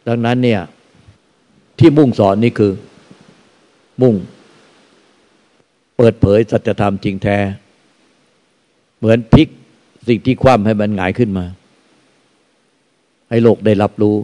ดังนั้นเนี่ยที่มุ่งสอนนี่คือมุ่งเปิดเผยสัจธรรมจริงแท้เหมือนพลิกสิ่งที่คว่ำให้มันหงายขึ้นมาให้โลกได้รับรู้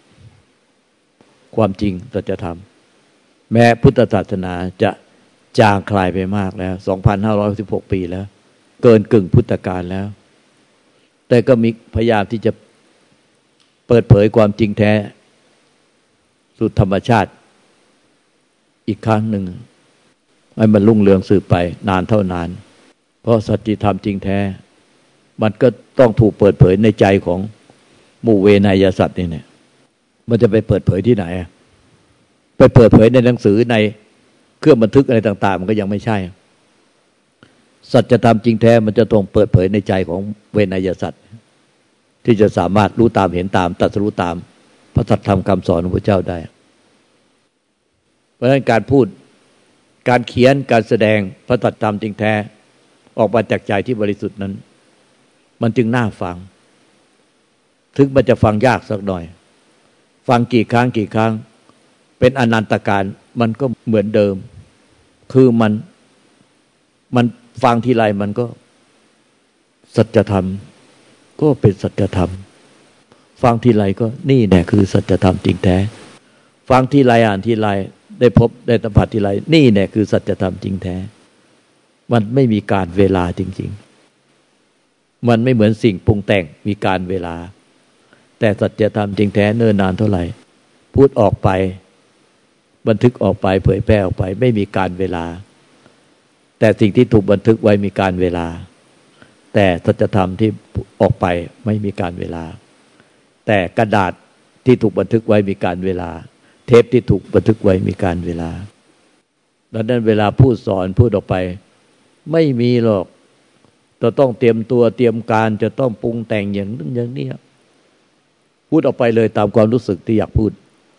ความจริงสัจธรรมแม้พุทธศาสนาจะจางคลายไปมากแล้ว 2,516 ปีแล้วเกินกึ่งพุทธกาลแล้วแต่ก็มีพยายามที่จะเปิดเผยความจริงแท้สู่ธรรมชาติอีกครั้งหนึ่งให้มันรุ่งเรืองสืบไปนานเท่านานเพราะสัจธรรมจริงแท้มันก็ต้องถูกเปิดเผยในใจของหมู่เวนยสัตว์นี่เนี่ยมันจะไปเปิดเผยที่ไหนไปเปิดเผยในหนังสือในเครื่องบันทึกอะไรต่างๆมันก็ยังไม่ใช่สัจธรรมจริงแท้มันจะต้องเปิดเผยในใจของเวนยสัตว์ที่จะสามารถรู้ตามเห็นตามตรัสรู้ตามพระสัทธรรมคำสอนของพระเจ้าได้เพราะฉะนั้นการพูดการเขียนการแสดงพระสัทธรรมจริงแท้ออกมาจากใจที่บริสุทธิ์นั้นมันจึงน่าฟังถึงมันจะฟังยากสักหน่อยฟังกี่ครั้งเป็นอนันตการมันก็เหมือนเดิมคือมันฟังทีไรมันก็สัจธรรมก็เป็นสัจธรรมฟังทีไรก็นี่แหละคือสัจธรรมจริงแท้ฟังทีไรอ่านทีไรได้พบได้สัมผัสทีไรนี่แหละคือสัจธรรมจริงแท้มันไม่มีการเวลาจริงๆมันไม่เหมือนสิ่งปรุงแต่งมีการเวลาแต่สัจธรรมจริงแท้เนิ่นนานเท่าไหร่พูดออกไปบันทึกออกไปเผยแพร่ออกไปไม่มีการเวลาแต่สิ่งที่ถูกบันทึกไว้มีการเวลาแต่สัจธรรมที่ออกไปไม่มีการเวลาแต่กระดาษที่ถูกบันทึกไว้มีการเวลาเทปที่ถูกบันทึกไว้มีการเวลาดังนั้นเวลาพูดสอนพูดออกไปไม่มีหรอกจะต้องเตรียมตัวเตรียมการจะต้องปรุงแต่งอย่างนั้นอย่างนี้พูดออกไปเลยตามความรู้สึกที่อยากพูด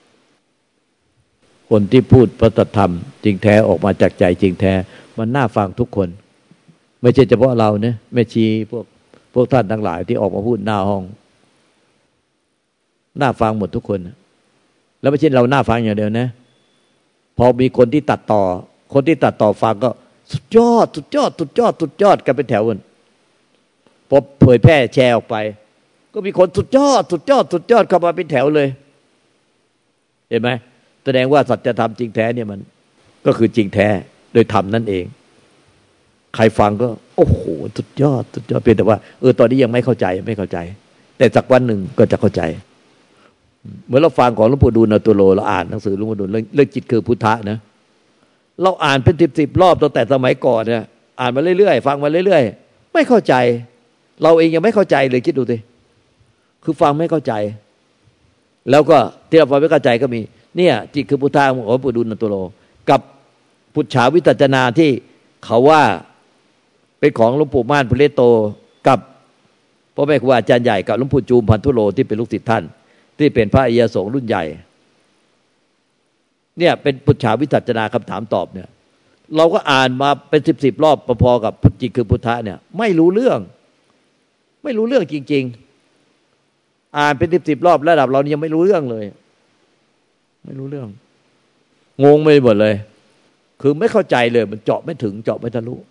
คนที่พูดพระสัทธรรมจริงแท้ออกมาจากใจจริงแท้มันน่าฟังทุกคนไม่ใช่เฉพาะเราเนี่ยแม่ชีพวกท่านทั้งหลายที่ออกมาพูดหน้าห้องน่าฟังหมดทุกคนแล้วไม่ใช่เราน่าฟังอย่างเดียวนะพอมีคนที่ตัดต่อฟังก็สุดยอดกันเป็นแถวกันพอเผยแพร่แชร์ออกไปก็มีคนสุดยอดเข้ามาเป็นแถวเลยเห็นไหมแสดงว่าสัจธรรมจริงแท้เนี่ยมันก็คือจริงแท้โดยธรรมนั่นเองใครฟังก็โอ้โหสุดยอดเพียงแต่ว่าตอนนี้ยังไม่เข้าใจแต่สักวันหนึ่งก็จะเข้าใจเหมือนเราฟังของหลวงปู่ดูลย์อตุโลเราอ่านหนังสือหลวงปู่ดูลย์เรื่องจิตคือพุทธะนะเราอ่านเป็น10รอบตั้งแต่สมัยก่อนเนี่ยอ่านมาเรื่อยๆฟังมาเรื่อยๆไม่เข้าใจเราเองยังไม่เข้าใจเลยคิดดูสิคือฟังไม่เข้าใจแล้วก็ที่เราฟังไม่เข้าใจก็มีเนี่ยจิตคือพุทธะของหลวงปู่ดูลย์อตุโลกับพุทธาวิตัจนาที่เขาว่าเป็นของหลวงปู่ม่านพุเลโตกับพ่อแม่ครูอาจารย์ใหญ่กับหลวงปู่จูมพันธุโลที่เป็นลูกศิษย์ท่านที่เป็นพระอริยสงฆ์รุ่นใหญ่เนี่ยเป็นพุทธาวิตัจนาคำถามตอบเนี่ยเราก็อ่านมาเป็น10รอบพอๆกับจิตคือพุทธะเนี่ยไม่รู้เรื่องจริงๆอ่านเป็น10รอบระดับเรายังไม่รู้เรื่องเลยไม่รู้เรื่องงงไปหมดเลยคือไม่เข้าใจเลยมันเจาะไม่ถึงเจาะไม่ทะลุ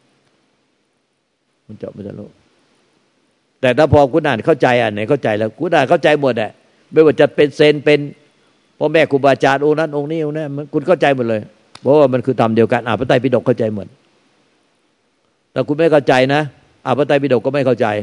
แต่ถ้าพอคุณอ่านเข้าใจอ่านไหนเข้าใจแล้วคุณอ่านเข้าใจหมดแหละไม่ว่าจะเป็นเซนเป็นพ่อแม่ครูบาอาจารย์องค์นั้นองค์นี้องค์นั้นคุณเข้าใจหมดเลยเพราะว่ามันคือธรรมเดียวกันพระไตรปิฎกเข้าใจหมดแต่คุณไม่เข้าใจนะพระไตรปิฎกก็ไม่เข้าใจ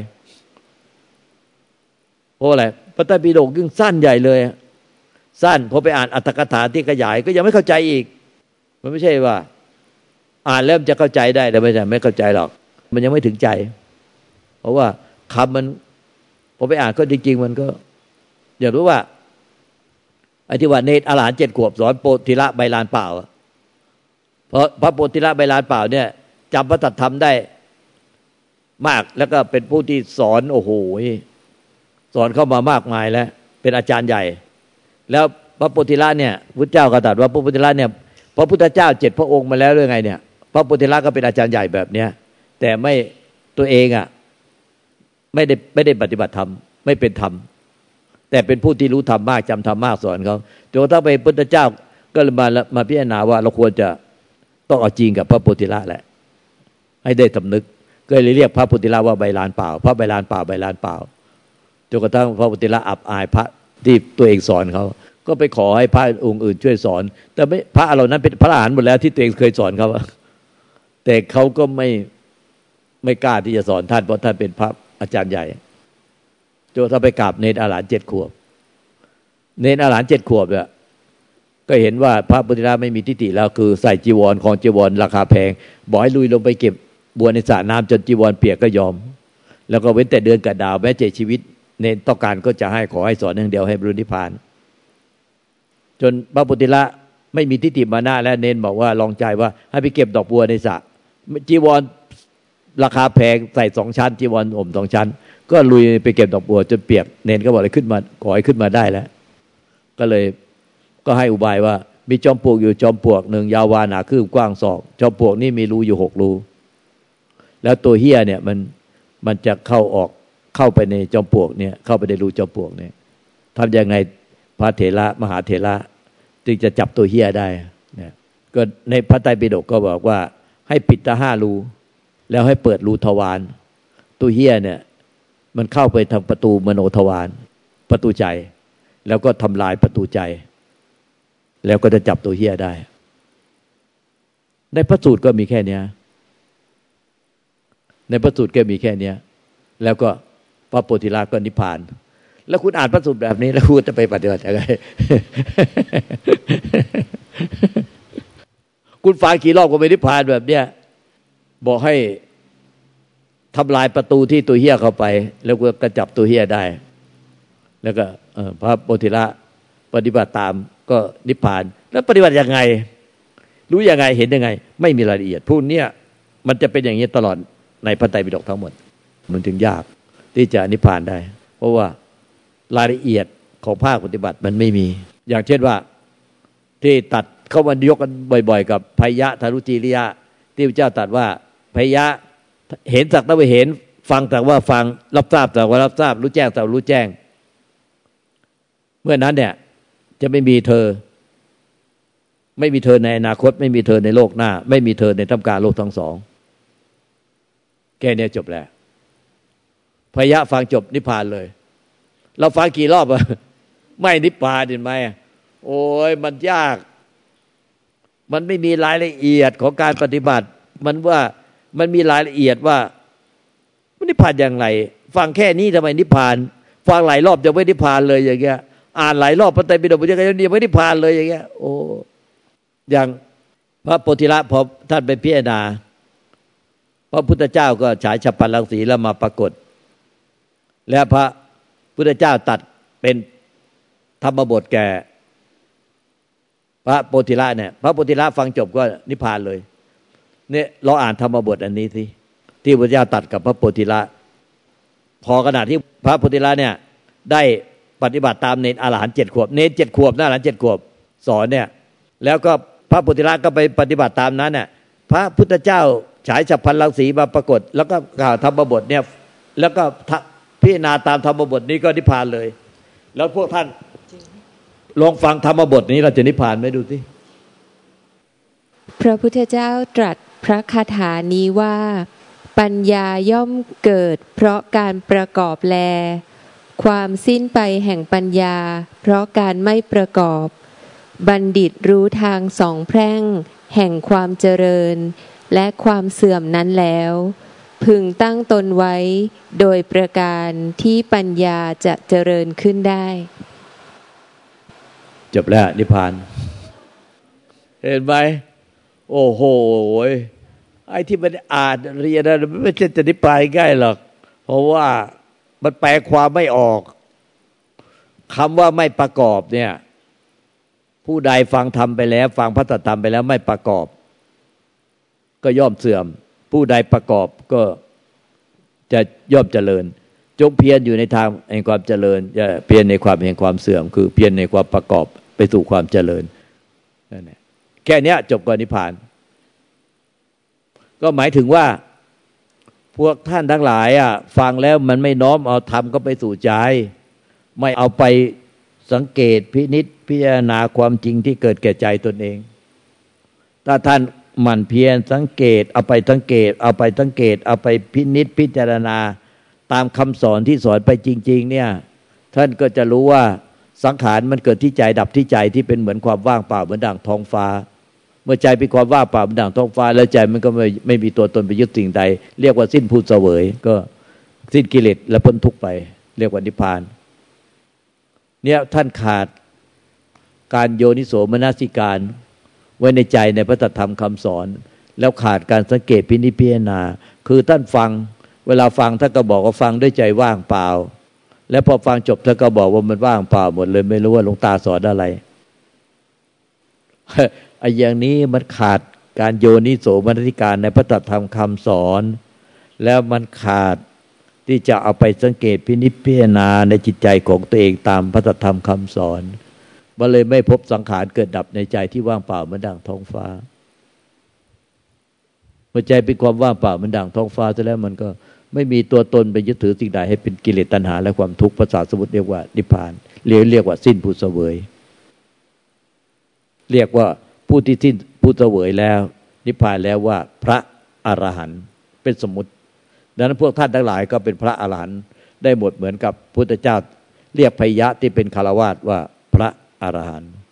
เพราะอะไรพระไตรปิฎกยิ่งสั้นใหญ่เลยสั้นพอไปอ่านอรรถกถาที่ขยายก็ยังไม่เข้าใจอีกมันไม่ใช่ว่าอ่านเริ่มจะเข้าใจได้แต่ไม่เข้าใจหรอกมันยังไม่ถึงใจเพราะว่าคำมันพอไปอ่านก็จริงๆมันก็อยากรู้ว่าไอ้ที่ว่าเนตรอรหันต์7 ขวบสอนโพธิละใบลานเปล่าเพราะพระโพธิละใบลานเปล่าเนี่ยจำพระสัทธรรมได้มากแล้วก็เป็นผู้ที่สอนโอ้โหสอนเข้ามามากมายแล้วเป็นอาจารย์ใหญ่แล้วพระโพธิละเนี่ยพุทธเจ้าก็ตรัสว่าพระโพธิละเนี่ยพระพุทธเจ้า7 พระองค์มาแล้วหรือไงเนี่ยพระโพธิละก็เป็นอาจารย์ใหญ่แบบเนี้ยแต่ไม่ตัวเองไม่ได้ปฏิบัติธรรมไม่เป็นธรรมแต่เป็นผู้ที่รู้ธรรมมากจำธรรมมากสอนเขาจนถ้าไปพุทธเจ้าก็เลยมาพิจารณาว่าเราควรจะต้องเอาจริงกับพระโพธิละแหละให้ได้สำนึกก็เลยเรียกพระโพธิละว่าใบลานเปล่าพระใบลานเปล่าใบลานเปล่าจนกระทั่งพระโพธิละอับอายพระที่ตัวเองสอนเขาก็ไปขอให้พระองค์อื่นช่วยสอนแต่ไม่พระเหล่านั้นเป็นพระอรหันต์หมดแล้วที่ตัวเองเคยสอนเขาแต่เขาก็ไม่กล้าที่จะสอนท่านเพราะท่านเป็นพระอาจารย์ใหญ่จนถ้าไปกราบเนรอาหลาน7 ขวบเนรอาหลาน7 ขวบเนี่ยก็เห็นว่าพระโพธิละไม่มีทิฏฐิแล้วคือใส่จีวรของจีวรราคาแพงบอกให้ลุยลงไปเก็บบัวในสระน้ำจนจีวรเปียกก็ยอมแล้วก็เว้นแต่เดือนกับดาวแม้จะชีวิตเนรต้องการก็จะให้ขอให้สอนอย่างเดียวให้บรรลุนิพพานจนพระโพธิละไม่มีทิฏฐิมานะแล้วเนรบอกว่าลองใจว่าให้ไปเก็บดอกบัวในสระจีวรราคาแพงใส่2 ชั้นจีวรห่ม2 ชั้นก็ลุยไปเก็บดอกบัวจนเปียกเนรก็บอกเลยขึ้นมาขอให้ขึ้นมาได้แล้วก็เลยก็ให้อุบายว่ามีจอมปลวกอยู่จอมปลวกหนึ่งยาววาหนาคืบกว้างศอกจอมปลวกนี่มีรูอยู่6 รูแล้วตัวเหี้ยเนี่ยมันจะเข้าไปในจอมปลวกเนี่ยเข้าไปในรูจอมปลวกเนี่ยทำยังไงพระเถระมหาเถระจึงจะจับตัวเหี้ยได้เนี่ยก็ในพระไตรปิฎกก็บอกว่าให้ปิดตา5 รูแล้วให้เปิดรูทวารตัวเหี้ยเนี่ยมันเข้าไปทางประตูมโนทวารประตูใจแล้วก็ทำลายประตูใจแล้วก็จะจับตัวเหี้ยได้ในพระสูตรก็มีแค่นี้ในพระสูตรก็มีแค่นี้แล้วก็พระโพธิละก็นิพพานแล้วคุณอ่านพระสูตรแบบนี้แล้วคุณจะไปปฏิบัติยังไง คุณฟังกี่รอบก็ไม่นิพพานแบบเนี้ยบอกให้ทำลายประตูที่ตัวเหี้ยเข้าไปแล้วก็จับตัวเหี้ยได้แล้วก็พระโพธิละปฏิบัติตามก็นิพพานแล้วปฏิบัติยังไงรู้ยังไงเห็นยังไงไม่มีรายละเอียดพวกนี้มันจะเป็นอย่างนี้ตลอดในพระไตรปิฎกทั้งหมดมันถึงยากที่จะนิพพานได้เพราะว่ารายละเอียดของภาคปฏิบัติมันไม่มีอย่างเช่นว่าที่ตัดเข้ามายกกันบ่อยๆกับไพยะทารุจีริยะที่พระเจ้าตรัสว่าไพยะเห็นสักแต่ว่าเห็นฟังแต่ว่าฟังรับทราบแต่ว่ารับทราบรู้แจ้งแต่รู้แจ้งเมื่อนั้นเนี่ยจะไม่มีเธอในอนาคตไม่มีเธอในโลกหน้าไม่มีเธอในท่ามกลางโลกทั้งสองแค่นี้จบแล้วพยะฟังจบนิพพานเลยเราฟังกี่รอบอะไม่นิพพานเห็นไหมโอ้ยมันยากมันไม่มีรายละเอียดของการปฏิบัติมันมีรายละเอียดว่านิพพานอย่างไรฟังแค่นี้ทำไมนิพพานฟังหลายรอบจะไม่นิพพานเลยอย่างเงี้ยอ่านหลายรอบพระไตรปิฎกยังไม่นิพพานเลยอย่างเงี้ยโอ้อย่างพระโพธิละพอท่านไปพิจารณาพระพุทธเจ้าก็ฉายฉัพพรังสีแล้วมาปรากฏแล้วพระพุทธเจ้าตัดเป็นธรรมบทแก่พระโพธิละเนี่ยพระโพธิละฟังจบก็นิพพานเลยเนี่ยเราอ่านธรรมบทอันนี้สิที่พระพุทธเจ้าตัดกับพระโพธิละพอขณะที่พระโพธิละเนี่ยได้ปฏิบัติตามเนรอรหันต์7 ขวบเนร7 ขวบอรหันต์7 ขวบสอนเนี่ยแล้วก็พระโพธิละก็ไปปฏิบัติตามนั้นเนี่ยพระพุทธเจ้าฉายฉัพพรังสีมาปรากฏแล้วก็กล่าวธรรมบทเนี่ยแล้วก็พิจารณาตามธรรมบทนี้ก็นิพพานเลยแล้วพวกท่านลองฟังธรรมบทนี้เราจะนิพพานไหมดูสิพระพุทธเจ้าตรัสพระคาถานี้ว่าปัญญาย่อมเกิดเพราะการประกอบแลความสิ้นไปแห่งปัญญาเพราะการไม่ประกอบบัณฑิตรู้ทางสองแพร่งแห่งความเจริญและความเสื่อมนั้นแล้วพึงตั้งตนไว้โดยประการที่ปัญญาจะเจริญขึ้นได้จบแล้วนิพพานเห็นไหมโอ้โหไอ้ที่มันอ่านเรียนนะไม่ใช่จะนิพพานง่ายหรอกเพราะว่ามันแปลความไม่ออกคำว่าไม่ประกอบเนี่ยผู้ใดฟังธรรมไปแล้วฟังพระธรรมไปแล้วไม่ประกอบก็ย่อมเสื่อมผู้ใดประกอบก็จะย่อมเจริญจงเพียรอยู่ในทางแห่งความเจริญอย่าเพียรในความแห่งความเสื่อมคือเพียรในความประกอบไปสู่ความเจริญนั่นแหละแค่นี้จบก่อนนิพพานก็หมายถึงว่าพวกท่านทั้งหลายฟังแล้วมันไม่น้อมเอาธรรมก็ไปสู่ใจไม่เอาไปสังเกตพินิจพิจารณาความจริงที่เกิดแก่ใจตนเองถ้าท่านหมั่นเพียรสังเกตเอาไปสังเกตเอาไปสังเกตเอาไปพินิจพิจารณาตามคำสอนที่สอนไปจริงๆเนี่ยท่านก็จะรู้ว่าสังขารมันเกิดที่ใจดับที่ใจที่เป็นเหมือนความว่างเปล่าเหมือนดั่งท้องฟ้าเมื่อใจเป็นความว่างเปล่าเหมือนดั่งท้องฟ้าแล้วใจมันก็ไม่มีตัวตนไปยึดสิ่งใดเรียกว่าสิ้นผู้เสวยก็สิ้นกิเลสและพ้นทุกข์ไปเรียกว่านิพพานเนี่ยท่านขาดการโยนิโสมนสิการไว้ในใจในพระธรรมคำสอนแล้วขาดการสังเกตพินิจพิจารณาคือท่านฟังเวลาฟังท่านก็บอกว่าฟังด้วยใจว่างเปล่าแล้วพอฟังจบท่านก็บอกว่ามันว่างเปล่าหมดเลยไม่รู้ว่าหลวงตาสอนอะไร ไอ้อย่างนี้มันขาดการโยนิโสมนสิการในพระธรรมคำสอนแล้วมันขาดที่จะเอาไปสังเกตพินิจพิจารณาในจิตใจของตัวเองตามพระธรรมคำสอนมันเลยไม่พบสังขารเกิดดับในใจที่ว่างเปล่าเหมือนดั่งท้องฟ้าเมื่อใจเป็นความว่างเปล่าเหมือนดั่งท้องฟ้าซะแล้วมันก็ไม่มีตัวตนไปยึดถือสิ่งใดให้เป็นกิเลสตัณหาและความทุกข์ภาษาสมมุติเรียกว่านิพพานเรียกว่าสิ้นผู้เสวยเรียกว่าผู้ที่สิ้นผู้เสวยแล้วนิพพานแล้วว่าพระอรหันต์เป็นสมมุติดังนั้นพวกท่านทั้งหลายก็เป็นพระอรหันต์ได้หมดเหมือนกับพุทธเจ้าเรียกพยะที่เป็นฆราวาสว่าพระอรหันต์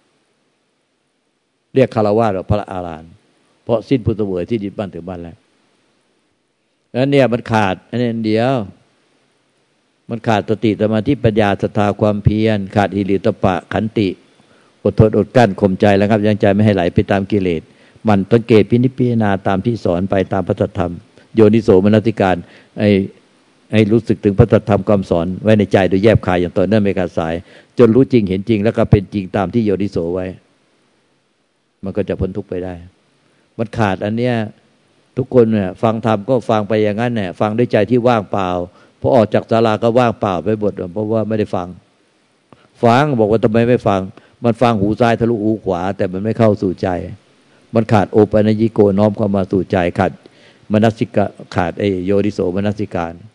เรียกฆราวาสว่าพระอรหันต์เพราะสิ้นผู้เสวยที่ดิบบ้านถึงบ้านแล้วนั้นเนี่ยมันขาดอันนี้เดียวมันขาดสติสมาธิปัญญาศรัทธาความเพียรขาดหิริโอตปะขันติอดทนอดกลั้นข่มใจแล้วครับยังใจไม่ให้ไหลไปตามกิเลสมันสังเกตพินิจพิจารณาตามที่สอนไปตามพระธรรมโยนิโสมนสิการให้รู้สึกถึงพระธรรมคำสอนไว้ในใจโดยแยบคายอย่างต่อเนื่องไม่ขาดสายจนรู้จริงเห็นจริงแล้วก็เป็นจริงตามที่โยนิโสไว้มันก็จะพ้นทุกข์ไปได้มันขาดอันเนี้ยทุกคนเนี่ยฟังธรรมก็ฟังไปอย่างนั้นเนี่ยฟังด้วยใจที่ว่างเปล่าพอออกจากศาลาก็ว่างเปล่าไปหมดเพราะว่าไม่ได้ฟังบอกว่าทำไมไม่ฟังมันฟังหูซ้ายทะลุหูขวาแต่มันไม่เข้าสู่ใจมันขาดโอปัญญิโกน้อมเข้ามาสู่ใจขาดมนสิกะขาดโยนิโสมนสิการ